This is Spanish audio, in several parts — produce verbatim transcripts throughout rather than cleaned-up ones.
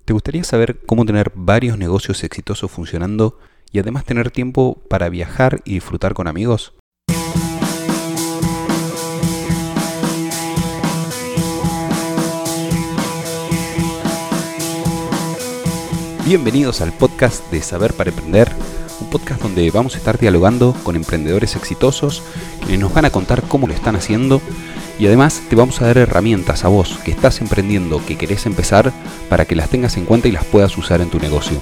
¿Te gustaría saber cómo tener varios negocios exitosos funcionando y además tener tiempo para viajar y disfrutar con amigos? Bienvenidos al podcast de Saber para Emprender, un podcast donde vamos a estar dialogando con emprendedores exitosos quienes nos van a contar cómo lo están haciendo y además te vamos a dar herramientas a vos que estás emprendiendo, que querés empezar, para que las tengas en cuenta y las puedas usar en tu negocio.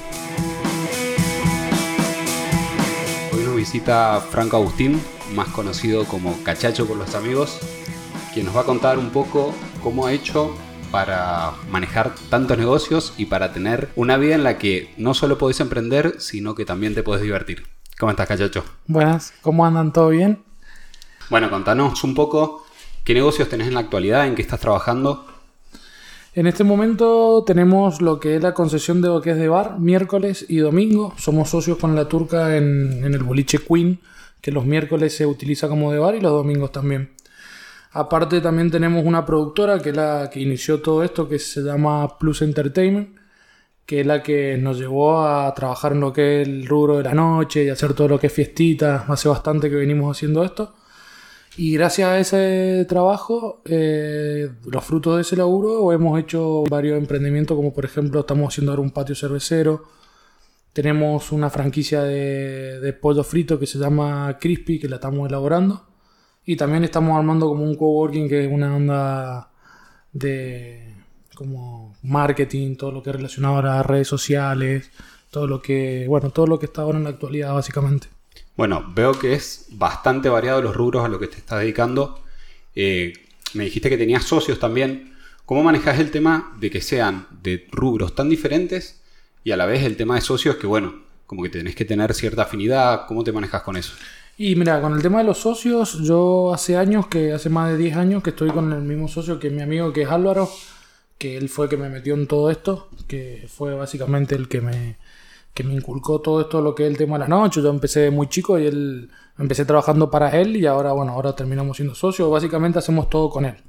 Hoy nos visita Franco Agustín, más conocido como Cachacho por los amigos, quien nos va a contar un poco cómo ha hecho para manejar tantos negocios y para tener una vida en la que no solo podés emprender, sino que también te podés divertir. ¿Cómo estás, Cachacho? Buenas, ¿cómo andan? ¿Todo bien? Bueno, contanos un poco qué negocios tenés en la actualidad, en qué estás trabajando. En este momento tenemos lo que es la concesión de lo que es de bar, miércoles y domingo. Somos socios con la turca en, en el boliche Queen, que los miércoles se utiliza como de bar y los domingos también. Aparte también tenemos una productora que es la que inició todo esto, que se llama Plus Entertainment, que es la que nos llevó a trabajar en lo que es el rubro de la noche y hacer todo lo que es fiestitas. Hace bastante que venimos haciendo esto. Y gracias a ese trabajo, eh, los frutos de ese laburo, hemos hecho varios emprendimientos, como por ejemplo estamos haciendo ahora un patio cervecero. Tenemos una franquicia de, de pollo frito que se llama Crispy, que la estamos elaborando. Y también estamos armando como un coworking, que es una onda de como marketing, todo lo que es relacionado a las redes sociales, todo lo que, bueno, todo lo que está ahora en la actualidad básicamente. Bueno, veo que es bastante variado los rubros a los que te estás dedicando. Eh, me dijiste que tenías socios también. ¿Cómo manejas el tema de que sean de rubros tan diferentes y a la vez el tema de socios que, bueno, como que tenés que tener cierta afinidad? ¿Cómo te manejas con eso? Y mira, con el tema de los socios, yo hace años, que hace más de diez años que estoy con el mismo socio que mi amigo, que es Álvaro, que él fue el que me metió en todo esto, que fue básicamente el que me, que me inculcó todo esto, lo que es el tema de las noches. Yo empecé muy chico y él empecé trabajando para él y ahora, bueno, ahora terminamos siendo socios. Básicamente hacemos todo con él.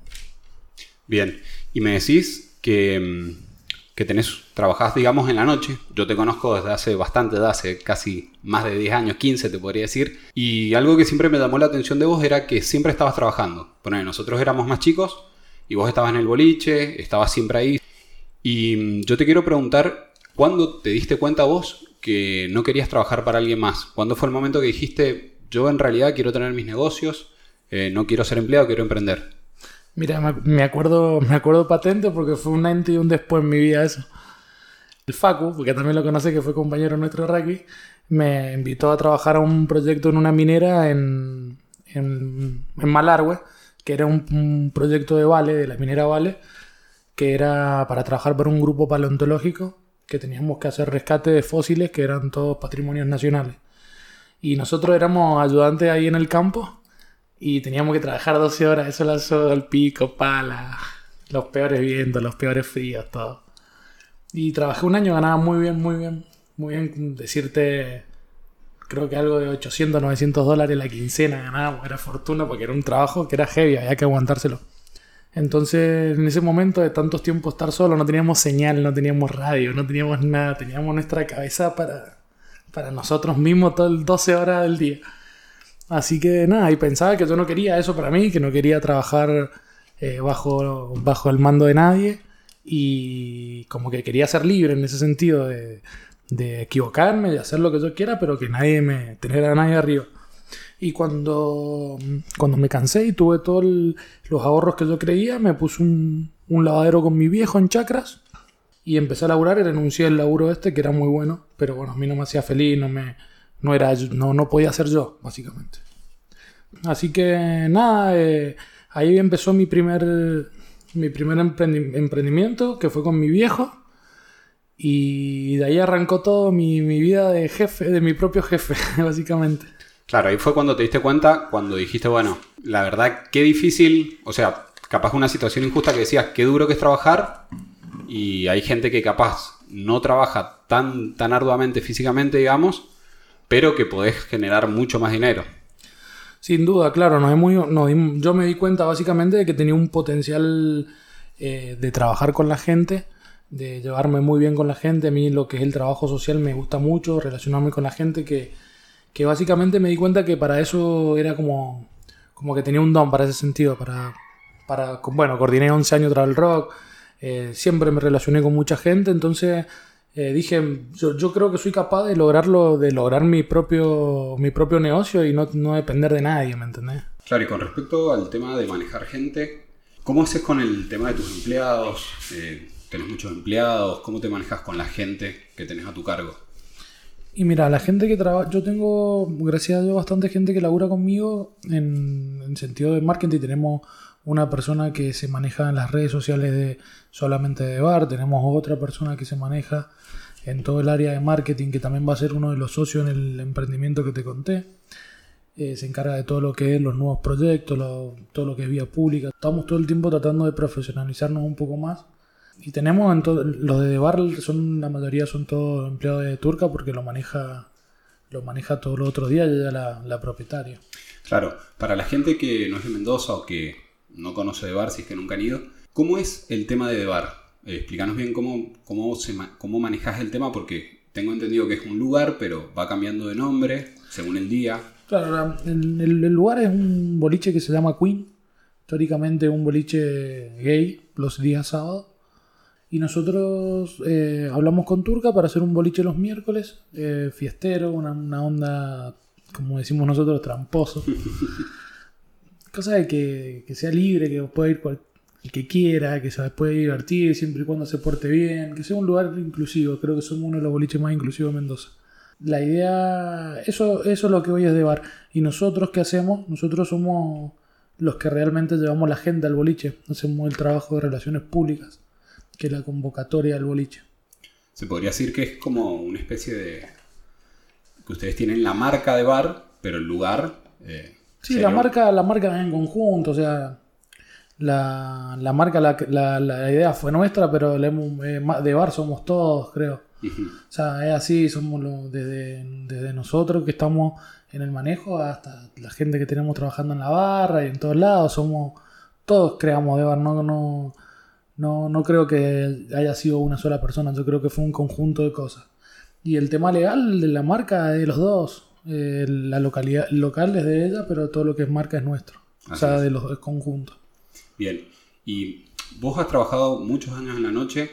Bien, y me decís que... que tenés, trabajás, digamos, en la noche. Yo te conozco desde hace bastante, desde hace casi más de diez años, quince te podría decir. Y algo que siempre me llamó la atención de vos era que siempre estabas trabajando. Bueno, nosotros éramos más chicos y vos estabas en el boliche, estabas siempre ahí. Y yo te quiero preguntar, ¿cuándo te diste cuenta vos que no querías trabajar para alguien más? ¿Cuándo fue el momento que dijiste, yo en realidad quiero tener mis negocios, eh, no quiero ser empleado, quiero emprender? Mira, me acuerdo, me acuerdo patente porque fue un antes y un después en mi vida eso. El Facu, porque también lo conoce, que fue compañero nuestro de rugby, me invitó a trabajar a un proyecto en una minera en, en, en Malargüe, que era un, un proyecto de Vale, de la minera Vale, que era para trabajar para un grupo paleontológico, que teníamos que hacer rescate de fósiles que eran todos patrimonios nacionales. Y nosotros éramos ayudantes ahí en el campo. Y teníamos que trabajar doce horas, eso la sol, pico, pala, los peores vientos, los peores fríos, todo. Y trabajé un año, ganaba muy bien, muy bien, muy bien. Decirte, creo que algo de ochocientos, novecientos dólares la quincena ganábamos, era fortuna porque era un trabajo que era heavy, había que aguantárselo. Entonces, en ese momento de tantos tiempos estar solo, no teníamos señal, no teníamos radio, no teníamos nada, teníamos nuestra cabeza para, para nosotros mismos todo el doce horas del día. Así que nada, y pensaba que yo no quería eso para mí, que no quería trabajar eh, bajo, bajo el mando de nadie y como que quería ser libre en ese sentido de, de equivocarme, de hacer lo que yo quiera, pero que nadie me, tener a nadie arriba. Y cuando, cuando me cansé y tuve todos los ahorros que yo creía, me puse un, un lavadero con mi viejo en Chacras y empecé a laburar y renuncié al laburo este, que era muy bueno, pero bueno, a mí no me hacía feliz, no me... No, era, no, no podía ser yo, básicamente. Así que nada, eh, ahí empezó mi primer, mi primer emprendi- emprendimiento, que fue con mi viejo. Y de ahí arrancó todo mi, mi vida de jefe, de mi propio jefe, básicamente. Claro, ahí fue cuando te diste cuenta, cuando dijiste, bueno, la verdad, qué difícil, o sea, capaz una situación injusta que decías, qué duro que es trabajar. Y hay gente que capaz no trabaja tan, tan arduamente físicamente, digamos, pero que podés generar mucho más dinero. Sin duda, claro. Nos muy, nos, yo me di cuenta básicamente de que tenía un potencial eh, de trabajar con la gente de llevarme muy bien con la gente. A mí lo que es el trabajo social me gusta mucho, relacionarme con la gente, que, que básicamente me di cuenta que para eso era como, como que tenía un don para ese sentido, para, para bueno, coordiné once años Travel Rock, eh, siempre me relacioné con mucha gente, entonces eh, dije, yo, yo creo que soy capaz de lograrlo, de lograr mi propio, mi propio negocio y no, no depender de nadie, ¿me entendés? Claro, y con respecto al tema de manejar gente, ¿cómo haces con el tema de tus empleados? Eh, ¿Tenés muchos empleados? ¿Cómo te manejas con la gente que tenés a tu cargo? Y mira, la gente que trabaja, yo tengo, gracias a Dios, bastante gente que labura conmigo en, en sentido de marketing. Tenemos una persona que se maneja en las redes sociales de solamente de bar, tenemos otra persona que se maneja en todo el área de marketing, que también va a ser uno de los socios en el emprendimiento que te conté. Eh, se encarga de todo lo que es los nuevos proyectos, lo, todo lo que es vía pública. Estamos todo el tiempo tratando de profesionalizarnos un poco más. Y tenemos en todo, los de Bar son, la mayoría son todos empleados de Turca, porque lo maneja lo maneja todos los otros días ella la, la propietaria. Claro, para la gente que no es de Mendoza o que no conoce de Bar, si es que nunca han ido, ¿cómo es el tema de Bar? Eh, explícanos bien cómo, cómo, se, cómo manejas el tema, porque tengo entendido que es un lugar, pero va cambiando de nombre según el día. Claro, el, el, el lugar es un boliche que se llama Queen, históricamente un boliche gay los días sábados. Y nosotros eh, hablamos con Turca para hacer un boliche los miércoles, eh, fiestero, una, una onda, como decimos nosotros, tramposo. Cosa de que, que sea libre, que pueda ir cual, el que quiera, que se pueda divertir siempre y cuando se porte bien, que sea un lugar inclusivo. Creo que somos uno de los boliches más inclusivos de Mendoza. La idea, eso, eso es lo que hoy es de bar. Y nosotros, ¿qué hacemos? Nosotros somos los que realmente llevamos la gente al boliche. Hacemos el trabajo de relaciones públicas, que es la convocatoria del boliche. Se podría decir que es como una especie de... que ustedes tienen la marca de bar, pero el lugar... Eh, sí, la marca, la marca es en conjunto, o sea... La, la marca, la, la, la idea fue nuestra, pero le hemos, eh, de bar somos todos, creo. Uh-huh. O sea, es así, somos lo, desde, desde nosotros que estamos en el manejo hasta la gente que tenemos trabajando en la barra y en todos lados, somos... todos creamos de bar, no... no No, no creo que haya sido una sola persona, yo creo que fue un conjunto de cosas. Y el tema legal de la marca es de los dos. Eh, la localidad local es de ella, pero todo lo que es marca es nuestro. Así o sea, es. De los dos conjuntos. Bien. Y vos has trabajado muchos años en la noche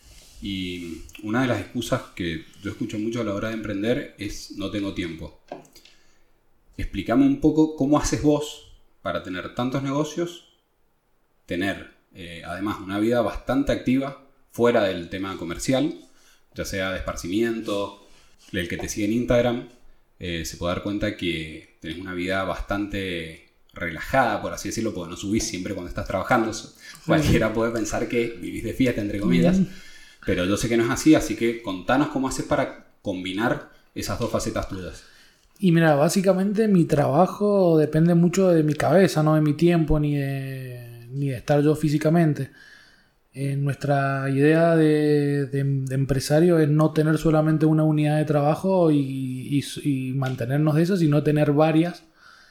y una de las excusas que yo escucho mucho a la hora de emprender es no tengo tiempo. Explícame un poco cómo haces vos para tener tantos negocios, tener... Eh, además una vida bastante activa fuera del tema comercial, ya sea de esparcimiento. El que te sigue en Instagram eh, se puede dar cuenta que tenés una vida bastante relajada, por así decirlo, porque no subís siempre cuando estás trabajando. Cualquiera puede pensar que vivís de fiesta, entre comillas, pero yo sé que no es así, así que contanos cómo haces para combinar esas dos facetas tuyas. Y mira, básicamente mi trabajo depende mucho de mi cabeza, no de mi tiempo ni de... ni de estar yo físicamente. Eh, nuestra idea de, de, de empresario es no tener solamente una unidad de trabajo y, y, y mantenernos de eso, sino tener varias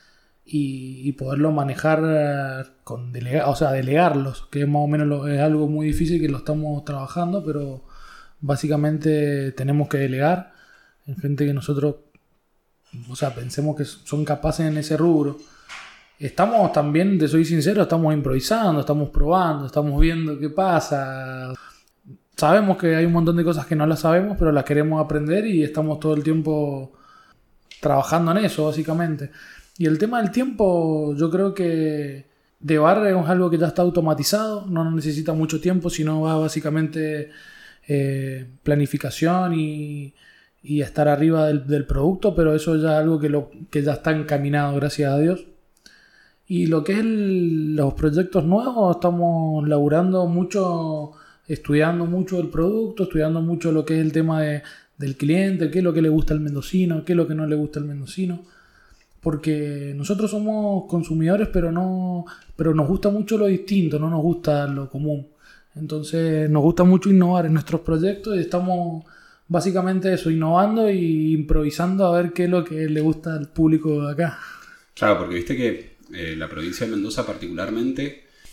y, y poderlo manejar con delega, o sea, delegarlos, que es más o menos lo, es algo muy difícil que lo estamos trabajando, pero básicamente tenemos que delegar en gente que nosotros, o sea, pensemos que son capaces en ese rubro. Estamos también, te soy sincero, estamos improvisando, estamos probando, estamos viendo qué pasa. Sabemos que hay un montón de cosas que no las sabemos, pero las queremos aprender y estamos todo el tiempo trabajando en eso, básicamente. Y el tema del tiempo, yo creo que de bar es algo que ya está automatizado, no necesita mucho tiempo, sino va básicamente eh, planificación y, y estar arriba del, del producto, pero eso ya es algo que, lo, que ya está encaminado, gracias a Dios. Y lo que es el, los proyectos nuevos, estamos laburando mucho, estudiando mucho el producto, estudiando mucho lo que es el tema de, del cliente, qué es lo que le gusta al mendocino, qué es lo que no le gusta al mendocino. Porque nosotros somos consumidores, pero no, pero nos gusta mucho lo distinto, no nos gusta lo común. Entonces nos gusta mucho innovar en nuestros proyectos y estamos básicamente eso, innovando e improvisando a ver qué es lo que le gusta al público de acá. Claro, porque viste que Eh, la provincia de Mendoza particularmente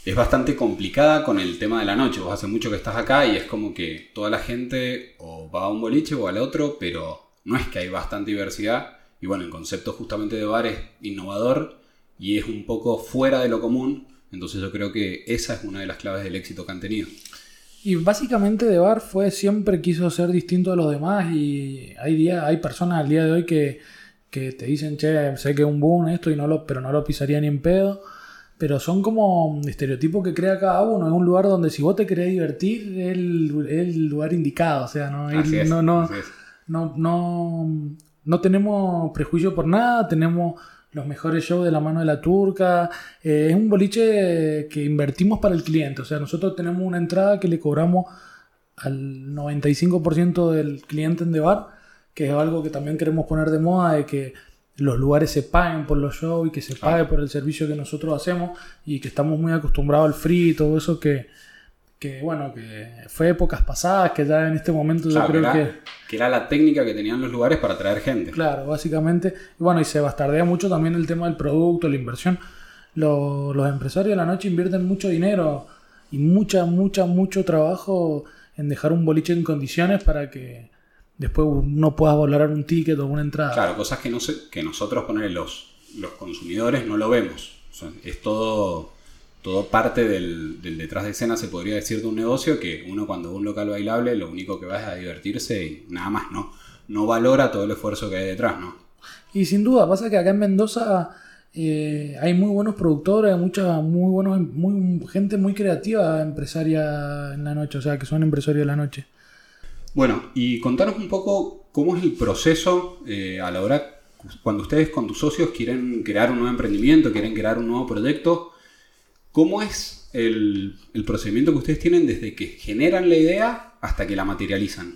es bastante complicada con el tema de la noche. Vos hace mucho que estás acá y es como que toda la gente o va a un boliche o al otro, pero no es que hay bastante diversidad. Y bueno, el concepto justamente de bar es innovador y es un poco fuera de lo común. Entonces yo creo que esa es una de las claves del éxito que han tenido. Y básicamente de bar fue siempre quiso ser distinto a los demás y hay día, hay personas al día de hoy que, que te dicen, che, sé que es un boom esto, y no lo, pero no lo pisaría ni en pedo. Pero son como estereotipos que crea cada uno. Es un lugar donde si vos te querés divertir, es el, es el lugar indicado. O sea, no, Así es, no, no, así es. no, no, no tenemos prejuicio por nada. Tenemos los mejores shows de la mano de la Turca. Eh, es un boliche que invertimos para el cliente. O sea, nosotros tenemos una entrada que le cobramos al noventa y cinco por ciento del cliente en The Bar, que es algo que también queremos poner de moda, de que los lugares se paguen por los shows y que se pague por el servicio que nosotros hacemos, y que estamos muy acostumbrados al free y todo eso que, que bueno, que fue épocas pasadas, que ya en este momento Claro, yo creo que, era, que... que era la técnica que tenían los lugares para atraer gente. Claro, básicamente. Y bueno, y se bastardea mucho también el tema del producto, la inversión. Los, los empresarios de la noche invierten mucho dinero y mucha, mucha, mucho trabajo en dejar un boliche en condiciones para que después uno pueda valorar un ticket o una entrada. Claro, cosas que, no se, que nosotros, poner los, los consumidores, no lo vemos. O sea, es todo, todo parte del, del detrás de escena, se podría decir, de un negocio, que uno cuando va a un local bailable lo único que va es a divertirse y nada más, ¿no? No valora todo el esfuerzo que hay detrás, ¿no? Y sin duda, pasa que acá en Mendoza eh, hay muy buenos productores, mucha, muy buenos, muy, gente muy creativa, empresaria en la noche, o sea, que son empresarios de la noche. Bueno, y contanos un poco cómo es el proceso eh, a la hora, cuando ustedes con tus socios quieren crear un nuevo emprendimiento, quieren crear un nuevo proyecto. ¿Cómo es el, el procedimiento que ustedes tienen desde que generan la idea hasta que la materializan?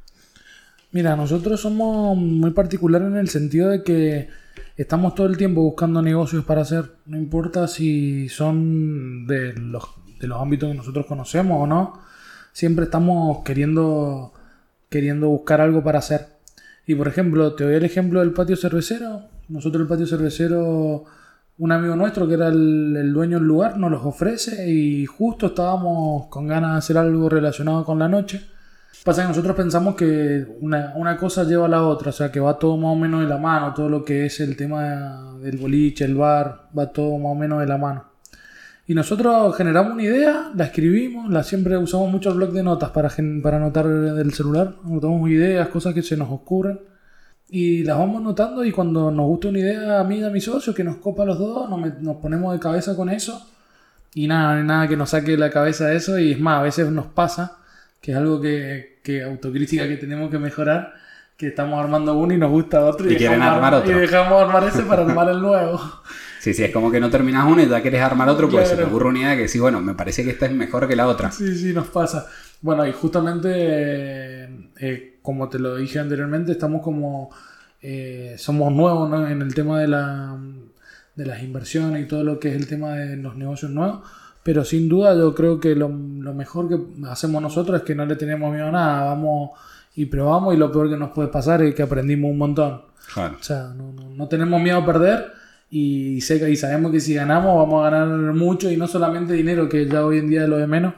Mira, nosotros somos muy particulares en el sentido de que estamos todo el tiempo buscando negocios para hacer. No importa si son de los, de los ámbitos que nosotros conocemos o no. Siempre estamos queriendo... queriendo buscar algo para hacer. Y por ejemplo, te doy el ejemplo del patio cervecero. Nosotros el patio cervecero, un amigo nuestro que era el, el dueño del lugar, nos los ofrece y justo estábamos con ganas de hacer algo relacionado con la noche. Pasa que nosotros pensamos que una, una cosa lleva a la otra, o sea que va todo más o menos de la mano, todo lo que es el tema del boliche, el bar, va todo más o menos de la mano. Y nosotros generamos una idea, la escribimos, la siempre usamos mucho el bloc de notas para, para anotar del celular. Anotamos ideas, cosas que se nos ocurren y las vamos anotando, y cuando nos gusta una idea a mí y a mi socio que nos copa a los dos, nos, nos ponemos de cabeza con eso y nada, nada que nos saque de la cabeza eso. Y es más, a veces nos pasa, que es algo que, que autocrítica que tenemos que mejorar, que estamos armando uno y nos gusta otro y, y quieren armar, armar otro. Y dejamos armar ese para armar el nuevo. Sí, sí, es como que no terminas uno y ya quieres armar otro, porque Claro. se te ocurre una idea que sí, bueno, me parece que esta es mejor que la otra. Sí, sí, nos pasa. Bueno, y justamente, eh, eh, como te lo dije anteriormente, estamos como... Eh, somos nuevos, ¿no?, en el tema de, la, de las inversiones y todo lo que es el tema de los negocios nuevos. Pero sin duda yo creo que lo, lo mejor que hacemos nosotros es que no le tenemos miedo a nada. Vamos y probamos, y lo peor que nos puede pasar es que aprendimos un montón. Claro. O sea, no, no, no tenemos miedo a perder. Y, sé, y sabemos que si ganamos vamos a ganar mucho, y no solamente dinero, que ya hoy en día es lo de menos,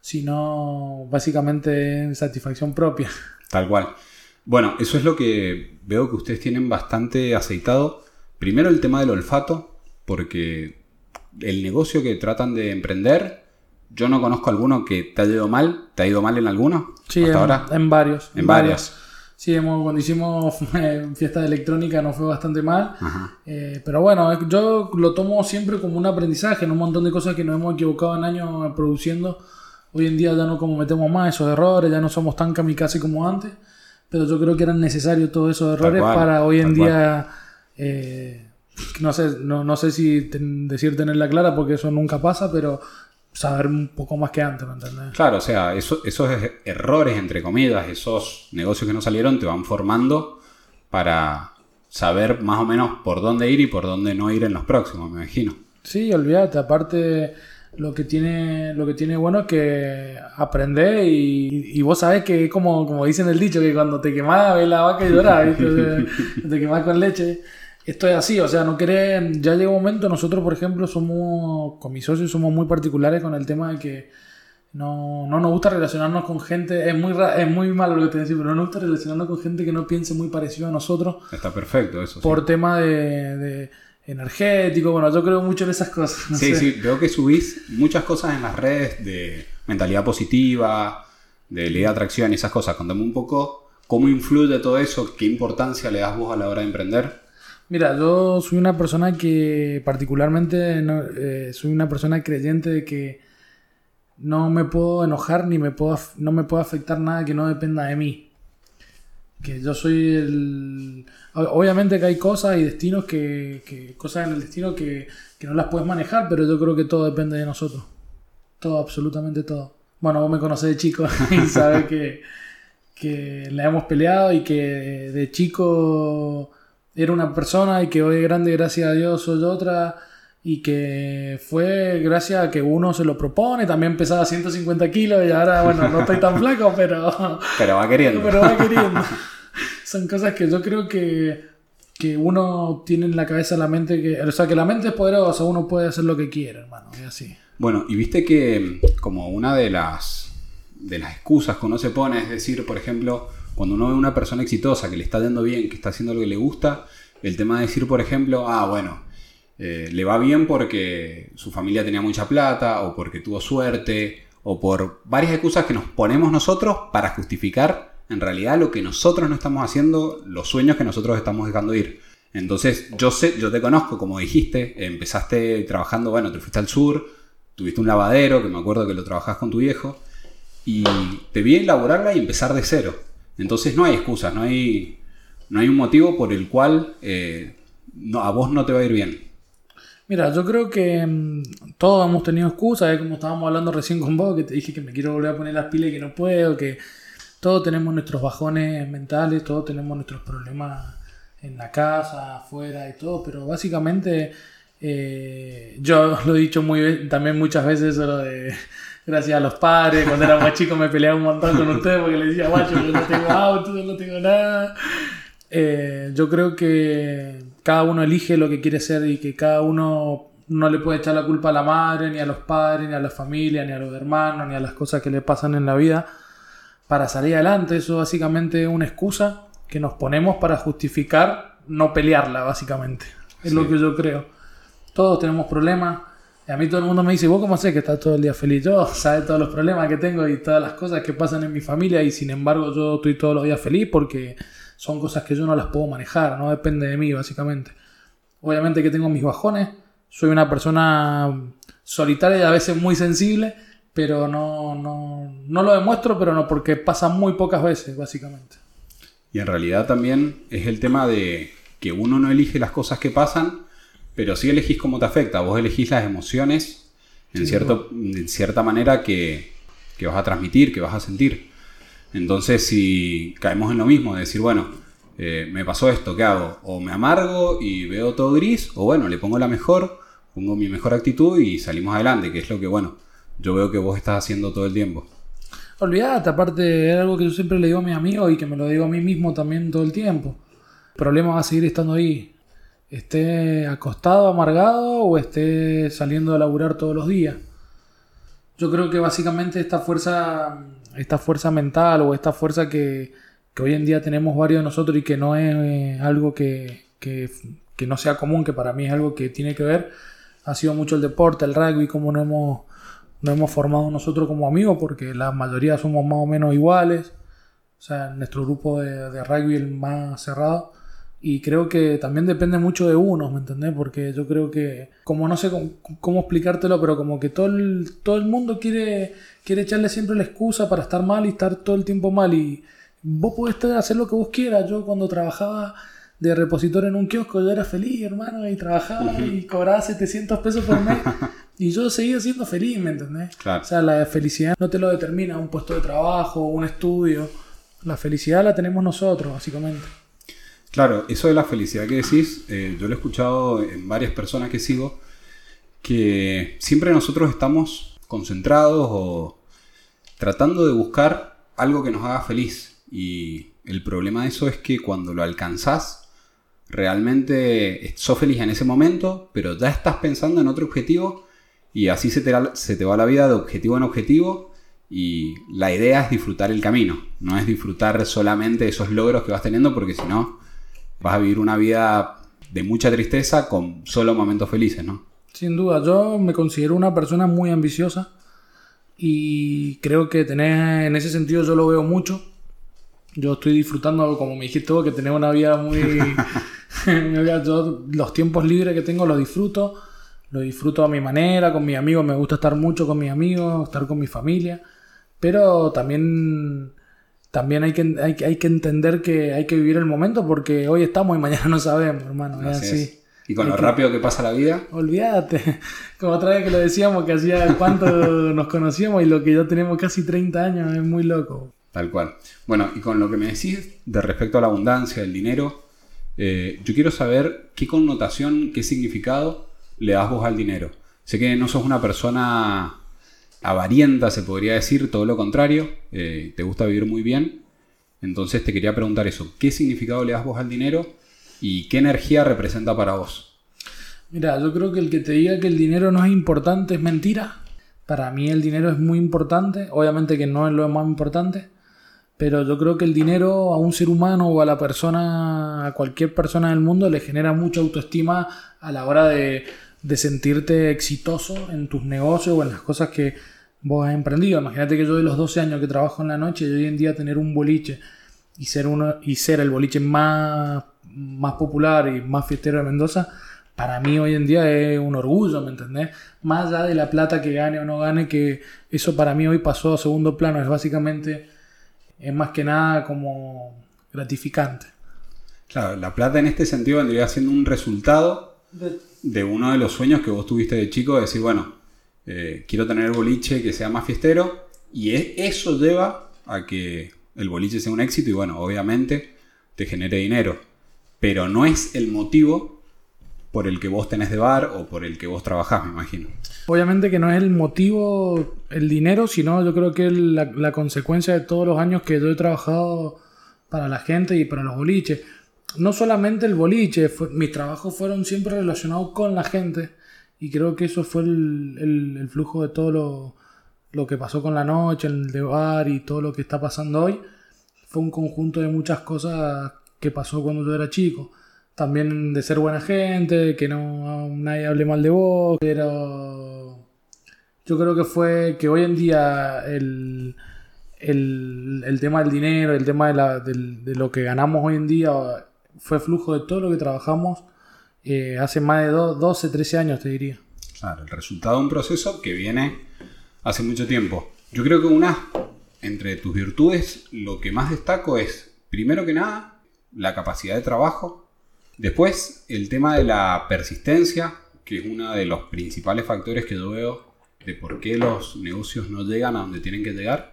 sino básicamente en satisfacción propia. Tal cual. Bueno, eso es lo que veo que ustedes tienen bastante aceitado. Primero el tema del olfato, porque el negocio que tratan de emprender, yo no conozco alguno que te haya ido mal. ¿Te ha ido mal en alguno? Sí, hasta en, ahora. en varios. En varias. Sí, hemos, cuando hicimos eh, fiesta de electrónica nos fue bastante mal. Ajá. Eh, pero bueno, yo lo tomo siempre como un aprendizaje en un montón de cosas que nos hemos equivocado en años produciendo. Hoy en día ya no cometemos más esos errores, ya no somos tan kamikaze como antes. Pero yo creo que eran necesarios todos esos errores cual, para hoy en tal día... Eh, no sé, no, no sé si ten, decir tenerla clara, porque eso nunca pasa, pero saber un poco más que antes, ¿me entendés? Claro, o sea, eso, esos errores, entre comillas, esos negocios que no salieron, te van formando para saber más o menos por dónde ir y por dónde no ir en los próximos, me imagino. Sí, olvídate. Aparte, lo que tiene lo que tiene bueno es que aprendés y, y vos sabés que, como, como dicen el dicho, que cuando te quemás ves la vaca y llorás, ¿viste? O sea, te quemás con leche. esto es así, o sea, no querés, ya llega un momento, nosotros por ejemplo somos, con mis socios somos muy particulares con el tema de que no, no nos gusta relacionarnos con gente, es muy ra- es muy malo lo que te decía, pero no nos gusta relacionarnos con gente que no piense muy parecido a nosotros. Está perfecto eso. Por sí. tema de, de energético, bueno, yo creo mucho en esas cosas. No sí, sé. sí, veo que subís muchas cosas en las redes de mentalidad positiva, de ley de atracción y esas cosas. Contame un poco cómo influye todo eso, qué importancia le das vos a la hora de emprender. Mira, yo soy una persona que particularmente no, eh, soy una persona creyente de que no me puedo enojar ni me puedo, af- no me puede afectar nada que no dependa de mí. Que yo soy el... o- Obviamente que hay cosas y destinos que... que cosas en el destino que, que no las puedes manejar, pero yo creo que todo depende de nosotros. Todo, absolutamente todo. Bueno, vos me conocés de chico y sabés que, que la hemos peleado y que de chico era una persona y que hoy grande, gracias a Dios, soy otra... Y que fue gracias a que uno se lo propone. También pesaba ciento cincuenta kilos y ahora, bueno, no estoy tan flaco, pero... Pero va queriendo. Pero va queriendo. Son cosas que yo creo que, que uno tiene en la cabeza, la mente que... O sea, que la mente es poderosa, uno puede hacer lo que quiera, hermano. Es así. Bueno, y viste que como una de las, de las excusas que uno se pone es decir, por ejemplo, cuando uno ve a una persona exitosa que le está yendo bien, que está haciendo lo que le gusta, el tema de decir, por ejemplo, ah, bueno... Eh, le va bien porque su familia tenía mucha plata o porque tuvo suerte o por varias excusas que nos ponemos nosotros para justificar en realidad lo que nosotros no estamos haciendo, los sueños que nosotros estamos dejando ir. Entonces yo sé, yo te conozco, como dijiste, empezaste trabajando, bueno, te fuiste al sur, tuviste un lavadero que me acuerdo que lo trabajás con tu viejo y te vi elaborarla y empezar de cero. Entonces no hay excusas, no hay, no hay un motivo por el cual eh, no, a vos no te va a ir bien. Mira, yo creo que mmm, todos hemos tenido excusas, ¿eh? Como estábamos hablando recién con vos, que te dije que me quiero volver a poner las pilas y que no puedo, que todos tenemos nuestros bajones mentales, todos tenemos nuestros problemas en la casa, afuera y todo, pero básicamente eh, yo lo he dicho muy también muchas veces, eso de gracias a los padres, cuando era más chico me peleaba un montón con ustedes porque les decía, guacho, yo no tengo auto, yo no tengo nada. Eh, yo creo que cada uno elige lo que quiere ser y que cada uno no le puede echar la culpa a la madre, ni a los padres, ni a la familia, ni a los hermanos, ni a las cosas que le pasan en la vida para salir adelante. Eso básicamente es una excusa que nos ponemos para justificar no pelearla, básicamente. Es sí. Lo que yo creo. Todos tenemos problemas. A mí todo el mundo me dice, ¿vos cómo sé que estás todo el día feliz? Yo sabes todos los problemas que tengo y todas las cosas que pasan en mi familia y sin embargo yo estoy todos los días feliz porque... son cosas que yo no las puedo manejar, no depende de mí, básicamente. Obviamente que tengo mis bajones, soy una persona solitaria y a veces muy sensible, pero no, no, no lo demuestro, pero no, porque pasa muy pocas veces, básicamente. Y en realidad también es el tema de que uno no elige las cosas que pasan, pero sí elegís cómo te afecta. Vos elegís las emociones en, sí, cierto, en cierta manera que, que vas a transmitir, que vas a sentir. Entonces si caemos en lo mismo, de decir, bueno, eh, me pasó esto, ¿qué hago? O me amargo y veo todo gris, o bueno, le pongo la mejor, pongo mi mejor actitud y salimos adelante, que es lo que, bueno, yo veo que vos estás haciendo todo el tiempo. Olvídate, aparte es algo que yo siempre le digo a mis amigos y que me lo digo a mí mismo también todo el tiempo. El problema va a seguir estando ahí. Esté acostado, amargado o esté saliendo a laburar todos los días. Yo creo que básicamente esta fuerza... esta fuerza mental o esta fuerza que, que hoy en día tenemos varios de nosotros y que no es eh, algo que, que, que no sea común, que para mí es algo que tiene que ver, ha sido mucho el deporte, el rugby, cómo nos hemos, nos hemos formado nosotros como amigos, porque la mayoría somos más o menos iguales, o sea, nuestro grupo de, de rugby es el más cerrado, y creo que también depende mucho de uno, ¿me entendés? Porque yo creo que, como no sé cómo, cómo explicártelo, pero como que todo el, todo el mundo quiere, quiere echarle siempre la excusa para estar mal y estar todo el tiempo mal. Y vos podés hacer lo que vos quieras. Yo cuando trabajaba de repositor en un kiosco, yo era feliz, hermano, y trabajaba uh-huh. y cobraba setecientos pesos por mes. Y yo seguía siendo feliz, ¿me entendés? Claro. O sea, la felicidad no te lo determina un puesto de trabajo, un estudio. La felicidad la tenemos nosotros, básicamente. Claro, eso de la felicidad que decís, eh, yo lo he escuchado en varias personas que sigo, que siempre nosotros estamos concentrados o tratando de buscar algo que nos haga feliz. Y el problema de eso es que cuando lo alcanzás, realmente sos feliz en ese momento, pero ya estás pensando en otro objetivo y así se te, se te va la vida de objetivo en objetivo y la idea es disfrutar el camino, no es disfrutar solamente esos logros que vas teniendo porque si no vas a vivir una vida de mucha tristeza con solo momentos felices, ¿no? Sin duda, yo me considero una persona muy ambiciosa y creo que tener, en ese sentido yo lo veo mucho. Yo estoy disfrutando, como me dijiste vos, que tenés una vida muy... yo los tiempos libres que tengo los disfruto, los disfruto a mi manera, con mis amigos, me gusta estar mucho con mis amigos, estar con mi familia, pero también, también hay, que, hay, hay que entender que hay que vivir el momento porque hoy estamos y mañana no sabemos, hermano, es así. Es. Y con hay lo que... rápido que pasa la vida. Olvídate, como otra vez que lo decíamos, que hacía cuánto nos conocíamos y lo que ya tenemos casi treinta años, es muy loco. Tal cual. Bueno, y con lo que me decís de respecto a la abundancia, el dinero, eh, yo quiero saber qué connotación, qué significado le das vos al dinero. Sé que no sos una persona avarienta, se podría decir, todo lo contrario, eh, te gusta vivir muy bien. Entonces te quería preguntar eso, ¿qué significado le das vos al dinero y qué energía representa para vos? Mira, yo creo que el que te diga que el dinero no es importante es mentira. Para mí el dinero es muy importante, obviamente que no es lo más importante, pero yo creo que el dinero a un ser humano o a la persona, a cualquier persona del mundo le genera mucha autoestima a la hora de, de sentirte exitoso en tus negocios o en las cosas que vos has emprendido. Imagínate que yo de los doce años que trabajo en la noche y hoy en día tener un boliche y ser, uno, y ser el boliche más, más popular y más fiestero de Mendoza, para mí hoy en día es un orgullo, ¿me entendés? Más allá de la plata que gane o no gane, que eso para mí hoy pasó a segundo plano, es básicamente... es más que nada como gratificante. Claro, la plata en este sentido vendría siendo un resultado de uno de los sueños que vos tuviste de chico, de decir, bueno, eh, quiero tener el boliche que sea más fiestero, y es, eso lleva a que el boliche sea un éxito y bueno, obviamente te genere dinero, pero no es el motivo por el que vos tenés de bar o por el que vos trabajás, me imagino. Obviamente que no es el motivo el dinero, sino yo creo que es la, la consecuencia de todos los años que yo he trabajado para la gente y para los boliches. No solamente el boliche, fue, mis trabajos fueron siempre relacionados con la gente y creo que eso fue el, el, el flujo de todo lo, lo que pasó con la noche, el de bar y todo lo que está pasando hoy. Fue un conjunto de muchas cosas que pasó cuando yo era chico. También de ser buena gente, que no nadie hable mal de vos, pero yo creo que fue que hoy en día el, el, el tema del dinero, el tema de, la, de, de lo que ganamos hoy en día fue flujo de todo lo que trabajamos eh, hace más de doce, trece años, te diría. Claro, el resultado de un proceso que viene hace mucho tiempo. Yo creo que una, entre tus virtudes, lo que más destaco es, primero que nada, la capacidad de trabajo. Después, el tema de la persistencia, que es uno de los principales factores que yo veo de por qué los negocios no llegan a donde tienen que llegar.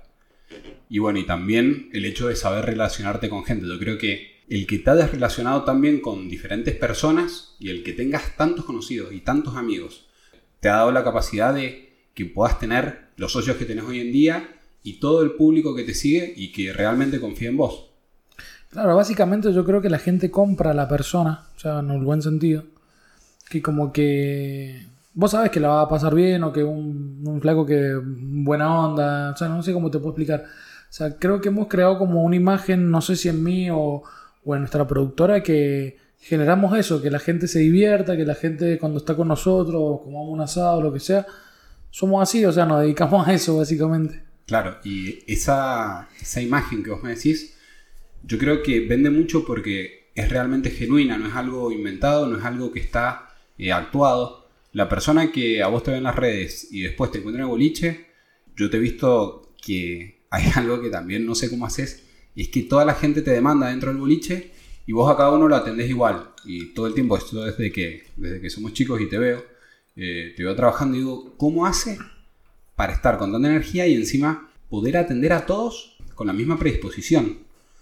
Y bueno, y también el hecho de saber relacionarte con gente. Yo creo que el que te hayas relacionado también con diferentes personas y el que tengas tantos conocidos y tantos amigos, te ha dado la capacidad de que puedas tener los socios que tenés hoy en día y todo el público que te sigue y que realmente confía en vos. Claro, básicamente yo creo que la gente compra a la persona, o sea, en el buen sentido, que como que vos sabés que la va a pasar bien o que un, un flaco que buena onda, o sea, no sé cómo te puedo explicar. O sea, creo que hemos creado como una imagen, no sé si en mí o, o en nuestra productora, que generamos eso, que la gente se divierta, que la gente cuando está con nosotros, o comamos un asado o lo que sea, somos así, o sea, nos dedicamos a eso básicamente. Claro, y esa, esa imagen que vos me decís, yo creo que vende mucho porque es realmente genuina, no es algo inventado, no es algo que está eh, actuado. La persona que a vos te ve en las redes y después te encuentra en el boliche, yo te he visto que hay algo que también no sé cómo haces, y es que toda la gente te demanda dentro del boliche y vos a cada uno lo atendés igual. Y todo el tiempo, esto desde que, desde que somos chicos y te veo, eh, te veo trabajando y digo, ¿cómo hace para estar con tanta energía y encima poder atender a todos con la misma predisposición?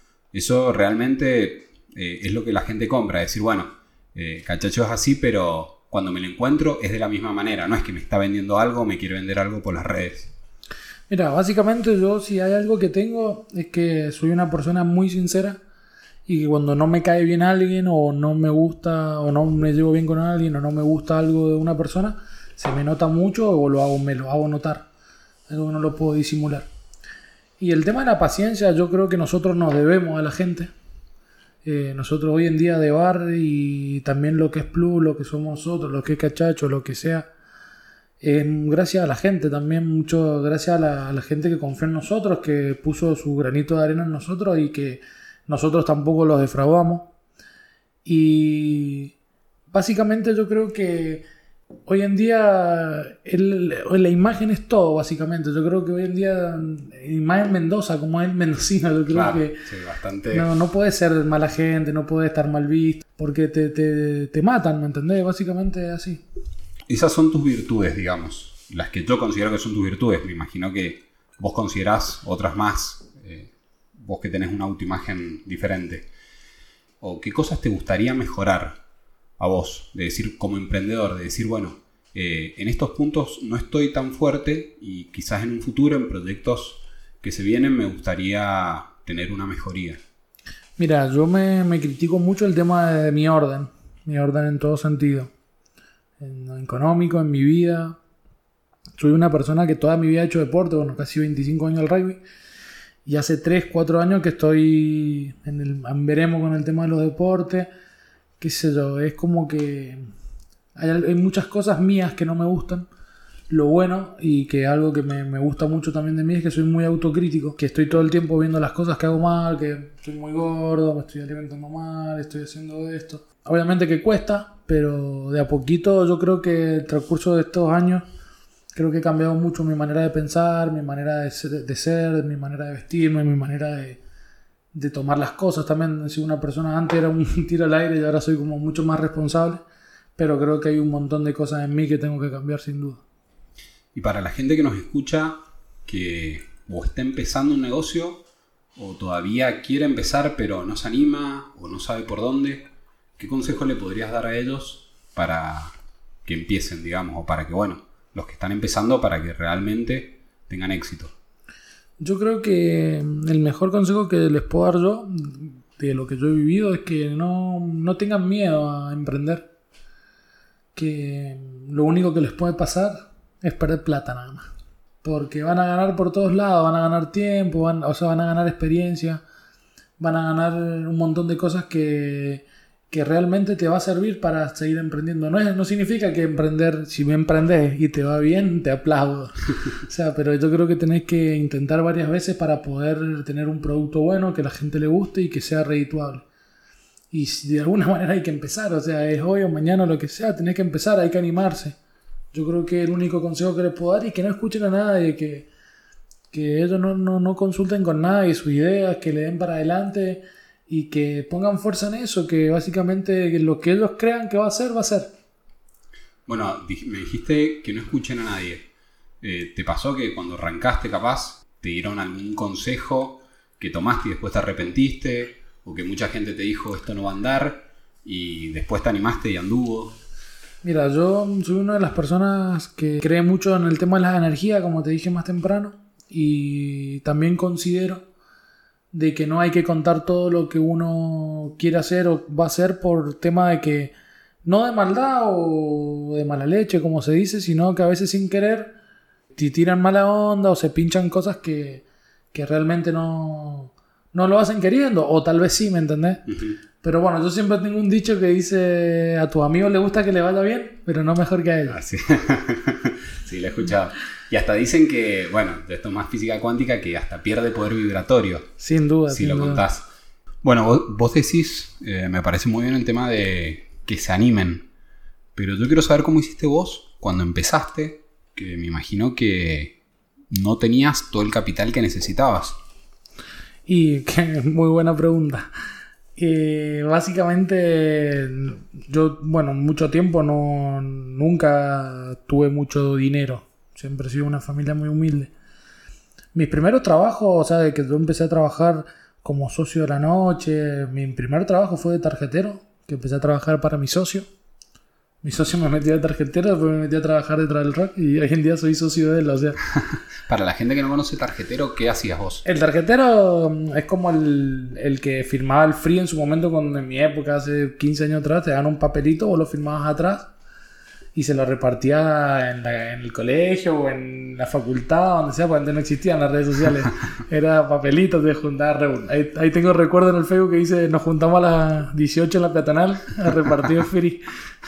Eso realmente eh, es lo que la gente compra. Es decir, bueno, eh, Cachacho es así, pero cuando me lo encuentro es de la misma manera. No es que me está vendiendo algo o me quiere vender algo por las redes. Mira, básicamente yo si hay algo que tengo es que soy una persona muy sincera y que cuando no me cae bien alguien o no me gusta o no me llevo bien con alguien o no me gusta algo de una persona, se me nota mucho o lo hago, me lo hago notar. Algo que no lo puedo disimular. Y el tema de la paciencia, yo creo que nosotros nos debemos a la gente. Eh, nosotros hoy en día de bar y también lo que es Plus, lo que somos nosotros, lo que es Cachacho, lo que sea, eh, gracias a la gente también, mucho gracias a la, a la gente que confió en nosotros, que puso su granito de arena en nosotros y que nosotros tampoco los defraudamos. Y básicamente yo creo que hoy en día el, la imagen es todo, básicamente. Yo creo que hoy en día, y más en Mendoza, como es mendocino, yo creo claro, que sí, bastante... no, no puede ser mala gente, no puede estar mal visto, porque te, te, te matan, ¿me entendés? Básicamente es así. Esas son tus virtudes, digamos. Las que yo considero que son tus virtudes. Me imagino que vos considerás otras más. Eh, vos que tenés una autoimagen diferente. ¿O qué cosas te gustaría mejorar a vos? De decir, como emprendedor, de decir, bueno, eh, en estos puntos no estoy tan fuerte y quizás en un futuro, en proyectos que se vienen, me gustaría tener una mejoría. Mira, yo me, me critico mucho el tema de mi orden. Mi orden en todo sentido. En lo económico, en mi vida. Soy una persona que toda mi vida he hecho deporte, bueno, casi veinticinco años al rugby. Y hace tres, cuatro años que estoy en el veremos con el tema de los deportes. Qué sé yo, es como que hay, hay muchas cosas mías que no me gustan. Lo bueno, y que algo que me, me gusta mucho también de mí, es que soy muy autocrítico. Que estoy todo el tiempo viendo las cosas que hago mal, que soy muy gordo, me estoy alimentando mal, estoy haciendo esto. Obviamente que cuesta, pero de a poquito yo creo que el transcurso de estos años creo que he cambiado mucho mi manera de pensar, mi manera de ser, de ser mi manera de vestirme, mi manera de, de tomar las cosas. También, si una persona antes era un tiro al aire y ahora soy como mucho más responsable, pero creo que hay un montón de cosas en mí que tengo que cambiar sin duda. Y para la gente que nos escucha, que o está empezando un negocio o todavía quiere empezar pero no se anima o no sabe por dónde, ¿qué consejo le podrías dar a ellos para que empiecen, digamos, o para que, bueno, los que están empezando, para que realmente tengan éxito? Yo creo que el mejor consejo que les puedo dar yo, de lo que yo he vivido, es que no, no tengan miedo a emprender. Que lo único que les puede pasar es perder plata nada más. Porque van a ganar por todos lados, van a ganar tiempo, van, o sea, van a ganar experiencia, van a ganar un montón de cosas que, que realmente te va a servir para seguir emprendiendo. No, es, no significa que emprender, si me emprendes y te va bien, te aplaudo. O sea, pero yo creo que tenés que intentar varias veces para poder tener un producto bueno, que a la gente le guste y que sea redituable. Y si de alguna manera hay que empezar, o sea, es hoy o mañana o lo que sea, tenés que empezar, hay que animarse. Yo creo que el único consejo que les puedo dar es que no escuchen a nadie, que, que ellos no, no, no consulten con nadie sus ideas, que le den para adelante y que pongan fuerza en eso, que básicamente lo que ellos crean que va a ser, va a ser. Bueno, me dijiste que no escuchen a nadie. Eh, ¿Te pasó que cuando arrancaste capaz te dieron algún consejo que tomaste y después te arrepentiste? ¿O que mucha gente te dijo esto no va a andar y después te animaste y anduvo? Mira, yo soy una de las personas que cree mucho en el tema de la energía, como te dije más temprano, y también considero de que no hay que contar todo lo que uno quiere hacer o va a hacer por tema de que, no de maldad o de mala leche, como se dice, sino que a veces sin querer te tiran mala onda o se pinchan cosas que, que realmente no, no lo hacen queriendo, o tal vez sí, ¿me entendés? Uh-huh. Pero bueno, yo siempre tengo un dicho que dice: a tu amigo le gusta que le vaya bien, pero no mejor que a él. Ah, sí. Sí, lo he escuchado. Y hasta dicen que, bueno, esto es más física cuántica, que hasta pierde poder vibratorio. Sin duda. Si sin lo duda. contás. Bueno, vos, vos decís, eh, me parece muy bien el tema de que se animen. Pero yo quiero saber cómo hiciste vos cuando empezaste, que me imagino que no tenías todo el capital que necesitabas. Y que muy buena pregunta. Eh, básicamente yo, bueno, mucho tiempo no, nunca tuve mucho dinero. Siempre he sido una familia muy humilde. Mis primeros trabajos, o sea, de que yo empecé a trabajar como socio de la noche, mi primer trabajo fue de tarjetero, que empecé a trabajar para mi socio. Mi socio me metió de tarjetero, después me metió a trabajar detrás del rock y hoy en día soy socio de él, o sea. Para la gente que no conoce tarjetero, ¿qué hacías vos? El tarjetero es como el, el que firmaba el free en su momento, cuando en mi época, hace quince años atrás, te daban un papelito, vos lo firmabas atrás y se lo repartía en, la, en el colegio o en la facultad, donde sea, porque antes no existían las redes sociales. Era papelitos de juntar. Ahí, ahí tengo recuerdo en el Facebook que dice, nos juntamos a las dieciocho en la peatonal a repartir el free.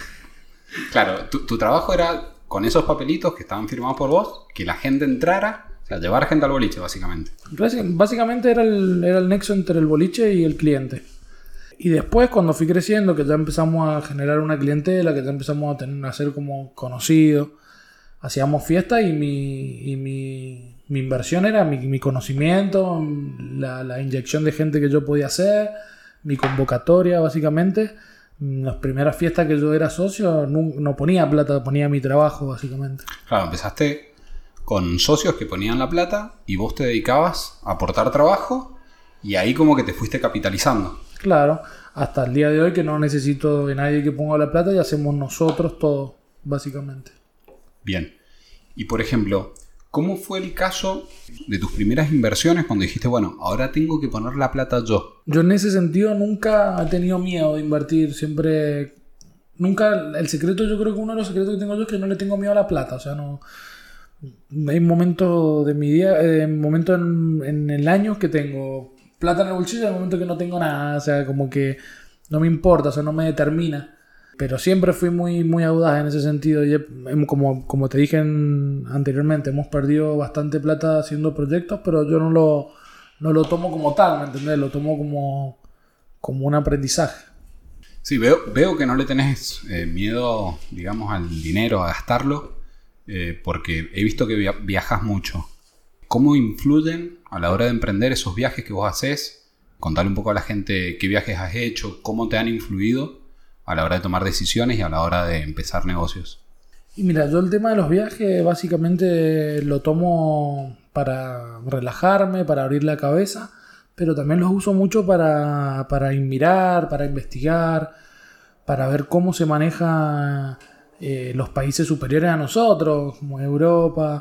Claro, tu, tu trabajo era con esos papelitos que estaban firmados por vos, que la gente entrara, o sea, llevar gente al boliche, básicamente. Básicamente era el, era el nexo entre el boliche y el cliente. Y después, cuando fui creciendo, que ya empezamos a generar una clientela, que ya empezamos a, tener, a ser como conocidos, hacíamos fiestas y mi, y mi, mi inversión era mi, mi conocimiento, la, la inyección de gente que yo podía hacer, mi convocatoria, básicamente. Las primeras fiestas que yo era socio no, no ponía plata, ponía mi trabajo, básicamente. Claro, empezaste con socios que ponían la plata y vos te dedicabas a aportar trabajo y ahí como que te fuiste capitalizando. Claro, hasta el día de hoy que no necesito de nadie que ponga la plata y hacemos nosotros todo, básicamente. Bien. Y por ejemplo, ¿cómo fue el caso de tus primeras inversiones cuando dijiste, bueno, ahora tengo que poner la plata yo? Yo en ese sentido nunca he tenido miedo de invertir, siempre... Nunca, el secreto, yo creo que uno de los secretos que tengo yo es que no le tengo miedo a la plata, o sea, no... Hay momentos de mi día, eh, momentos en, en el año que tengo plata en el bolsillo y hay momentos que no tengo nada, o sea, como que no me importa, o sea, no me determina. Pero siempre fui muy, muy audaz en ese sentido. Y como, como te dije en, anteriormente, hemos perdido bastante plata haciendo proyectos, pero yo no lo, no lo tomo como tal, ¿me entendés? Lo tomo como, como un aprendizaje. Sí, veo, veo que no le tenés eh, miedo, digamos, al dinero, a gastarlo, eh, porque he visto que via- viajas mucho. ¿Cómo influyen a la hora de emprender esos viajes que vos haces? Contale un poco a la gente qué viajes has hecho, cómo te han influido a la hora de tomar decisiones y a la hora de empezar negocios. Y mira, yo el tema de los viajes básicamente lo tomo para relajarme, para abrir la cabeza, pero también los uso mucho para, para mirar, para investigar, para ver cómo se maneja eh, los países superiores a nosotros, como Europa.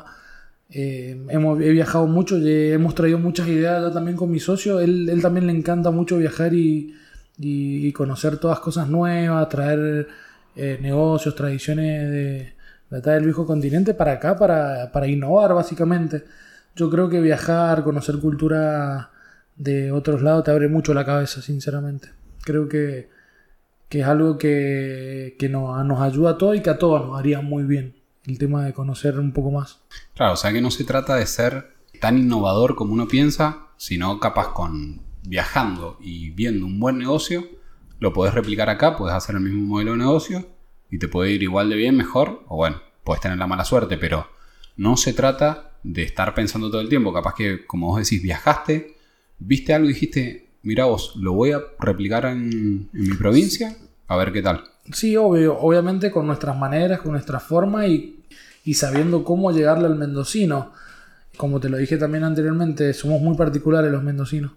Eh, hemos, he viajado mucho y hemos traído muchas ideas yo también con mi socio. Él, él también le encanta mucho viajar y, y, y conocer todas cosas nuevas, traer eh, negocios, tradiciones de, de acá del viejo continente para acá, para, para innovar básicamente. Yo creo que viajar, conocer cultura de otros lados te abre mucho la cabeza, sinceramente. Creo que, que es algo que, que nos, nos ayuda a todos y que a todos nos haría muy bien. El tema de conocer un poco más. Claro, o sea que no se trata de ser tan innovador como uno piensa, sino capaz con viajando y viendo un buen negocio, lo podés replicar acá, podés hacer el mismo modelo de negocio y te puede ir igual de bien, mejor, o bueno, podés tener la mala suerte, pero no se trata de estar pensando todo el tiempo. Capaz que, como vos decís, viajaste, viste algo y dijiste, mira vos, lo voy a replicar en, en mi provincia, a ver qué tal. Sí, obvio, obviamente con nuestras maneras, con nuestra forma y y sabiendo cómo llegarle al mendocino. Como te lo dije también anteriormente, somos muy particulares los mendocinos.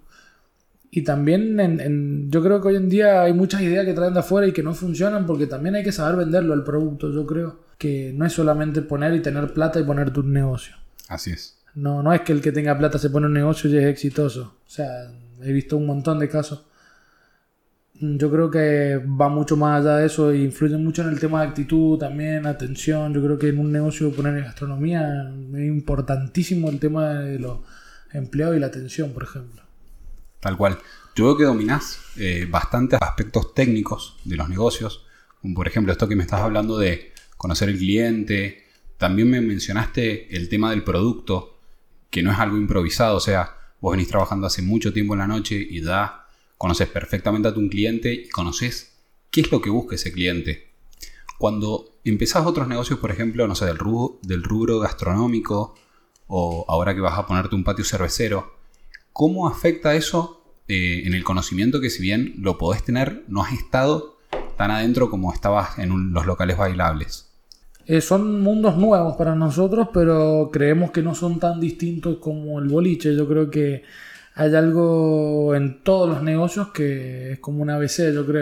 Y también en, en, yo creo que hoy en día hay muchas ideas que traen de afuera y que no funcionan porque también hay que saber venderlo al producto. Yo creo que no es solamente poner y tener plata y poner tu negocio. Así es. No, no es que el que tenga plata se pone un negocio y es exitoso. O sea, he visto un montón de casos. Yo creo que va mucho más allá de eso e influye mucho en el tema de actitud también, atención. Yo creo que en un negocio poner en gastronomía es importantísimo el tema de los empleados y la atención, por ejemplo. Tal cual. Yo veo que dominás eh, bastantes aspectos técnicos de los negocios, como por ejemplo esto que me estás hablando de conocer el cliente. También me mencionaste el tema del producto, que no es algo improvisado. O sea, vos venís trabajando hace mucho tiempo en la noche y ya conoces perfectamente a tu cliente y conoces qué es lo que busca ese cliente. Cuando empezás otros negocios, por ejemplo, no sé, del rubro, del rubro gastronómico o ahora que vas a ponerte un patio cervecero, ¿cómo afecta eso eh, en el conocimiento que si bien lo podés tener, no has estado tan adentro como estabas en un, los locales bailables? Eh, son mundos nuevos para nosotros, pero creemos que no son tan distintos como el boliche. Yo creo que hay algo en todos los negocios que es como un A B C, yo creo.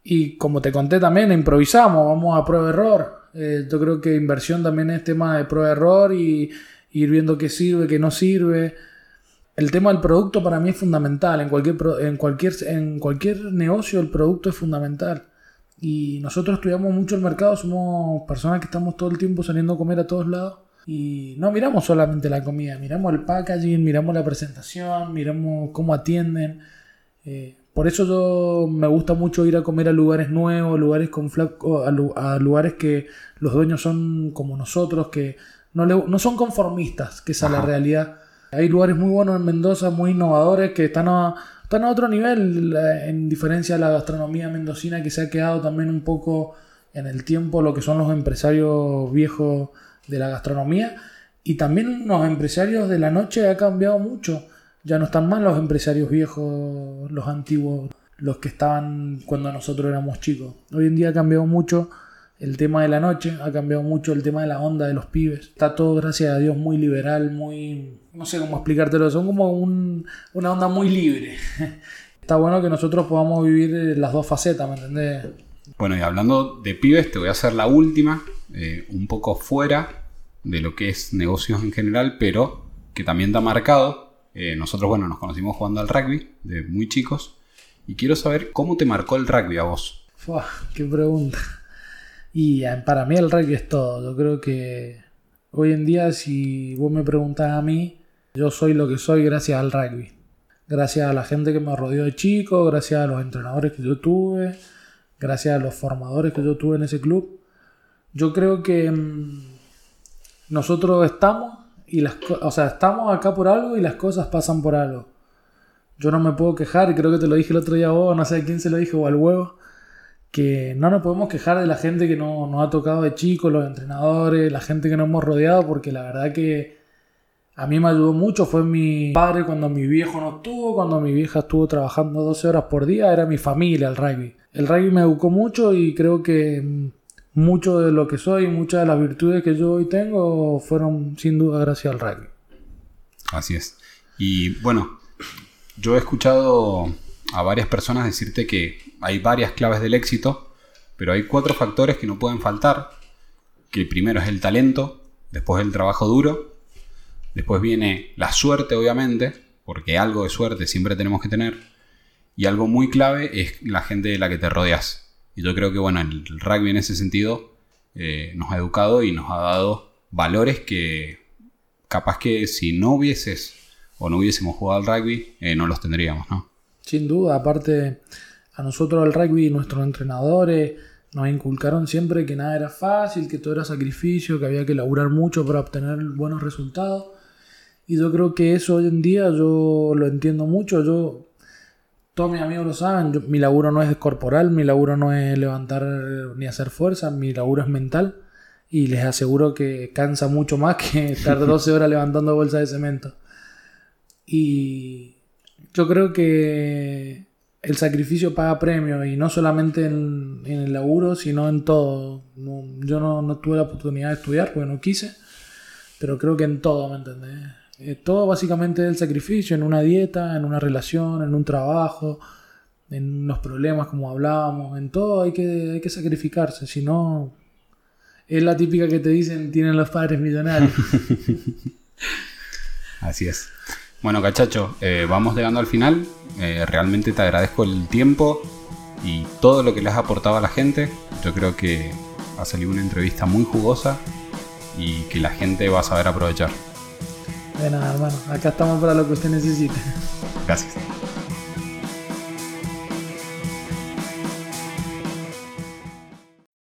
Y como te conté también, improvisamos, vamos a prueba-error. Eh, yo creo que inversión también es tema de prueba-error y, y ir viendo qué sirve, qué no sirve. El tema del producto para mí es fundamental. En cualquier, en cualquier, en cualquier negocio el producto es fundamental. Y nosotros estudiamos mucho el mercado, somos personas que estamos todo el tiempo saliendo a comer a todos lados. Y no miramos solamente la comida, miramos el packaging, miramos la presentación, miramos cómo atienden. Eh, por eso yo me gusta mucho ir a comer a lugares nuevos, lugares con fla- a, a lugares que los dueños son como nosotros, que no, le, no son conformistas, que esa es la realidad. Hay lugares muy buenos en Mendoza, muy innovadores, que están a, están a otro nivel, en diferencia de la gastronomía mendocina, que se ha quedado también un poco en el tiempo lo que son los empresarios viejos de la gastronomía. Y también los empresarios de la noche ha cambiado mucho. Ya no están más los empresarios viejos, los antiguos, los que estaban cuando nosotros éramos chicos. Hoy en día ha cambiado mucho el tema de la noche, ha cambiado mucho el tema de la onda de los pibes. Está todo, gracias a Dios, muy liberal, muy... no sé cómo explicártelo, son como un, una onda muy libre. Está bueno que nosotros podamos vivir las dos facetas, ¿me entendés? Bueno, y hablando de pibes, te voy a hacer la última, eh, un poco fuera de lo que es negocios en general, pero que también te ha marcado. Eh, nosotros, bueno, nos conocimos jugando al rugby de muy chicos y quiero saber cómo te marcó el rugby a vos. Fua, qué pregunta. Y para mí el rugby es todo. Yo creo que hoy en día, si vos me preguntás a mí, yo soy lo que soy gracias al rugby. Gracias a la gente que me rodeó de chico, gracias a los entrenadores que yo tuve, gracias a los formadores que yo tuve en ese club. Yo creo que mmm, nosotros estamos... Y las co- o sea, estamos acá por algo y las cosas pasan por algo. Yo no me puedo quejar, y creo que te lo dije el otro día a vos, no sé a quién se lo dije, o al huevo, que no nos podemos quejar de la gente que no, nos ha tocado de chicos, los entrenadores, la gente que nos hemos rodeado, porque la verdad que a mí me ayudó mucho. Fue mi padre cuando mi viejo no estuvo, cuando mi vieja estuvo trabajando doce horas por día, era mi familia el rugby. El rugby me educó mucho y creo que mucho de lo que soy, muchas de las virtudes que yo hoy tengo fueron sin duda gracias al rugby. Así es. Y bueno, yo he escuchado a varias personas decirte que hay varias claves del éxito, pero hay cuatro factores que no pueden faltar. Que el primero es el talento, después el trabajo duro, después viene la suerte, obviamente, porque algo de suerte siempre tenemos que tener, y algo muy clave es la gente de la que te rodeas. Y yo creo que bueno, el rugby en ese sentido eh, nos ha educado y nos ha dado valores que capaz que si no hubieses o no hubiésemos jugado al rugby, eh, no los tendríamos, ¿no? Sin duda, aparte a nosotros el rugby, nuestros entrenadores nos inculcaron siempre que nada era fácil, que todo era sacrificio, que había que laburar mucho para obtener buenos resultados. Y yo creo que eso hoy en día yo lo entiendo mucho. Yo Todos mis amigos lo saben, yo, mi laburo no es corporal, mi laburo no es levantar ni hacer fuerza, mi laburo es mental. Y les aseguro que cansa mucho más que estar doce horas levantando bolsas de cemento. Y yo creo que el sacrificio paga premio, y no solamente en, en el laburo, sino en todo. No, yo no, no tuve la oportunidad de estudiar porque no quise, pero creo que en todo, ¿me entendés? Eh, todo básicamente es el sacrificio, en una dieta, en una relación, en un trabajo, en los problemas como hablábamos, en todo hay que, hay que sacrificarse, si no es la típica que te dicen tienen los padres millonarios. Así es. Bueno, Cachacho, eh, vamos llegando al final. Eh, realmente te agradezco el tiempo y todo lo que le has aportado a la gente. Yo creo que ha salido una entrevista muy jugosa y que la gente va a saber aprovechar. De nada, hermano. Acá estamos para lo que usted necesite. Gracias.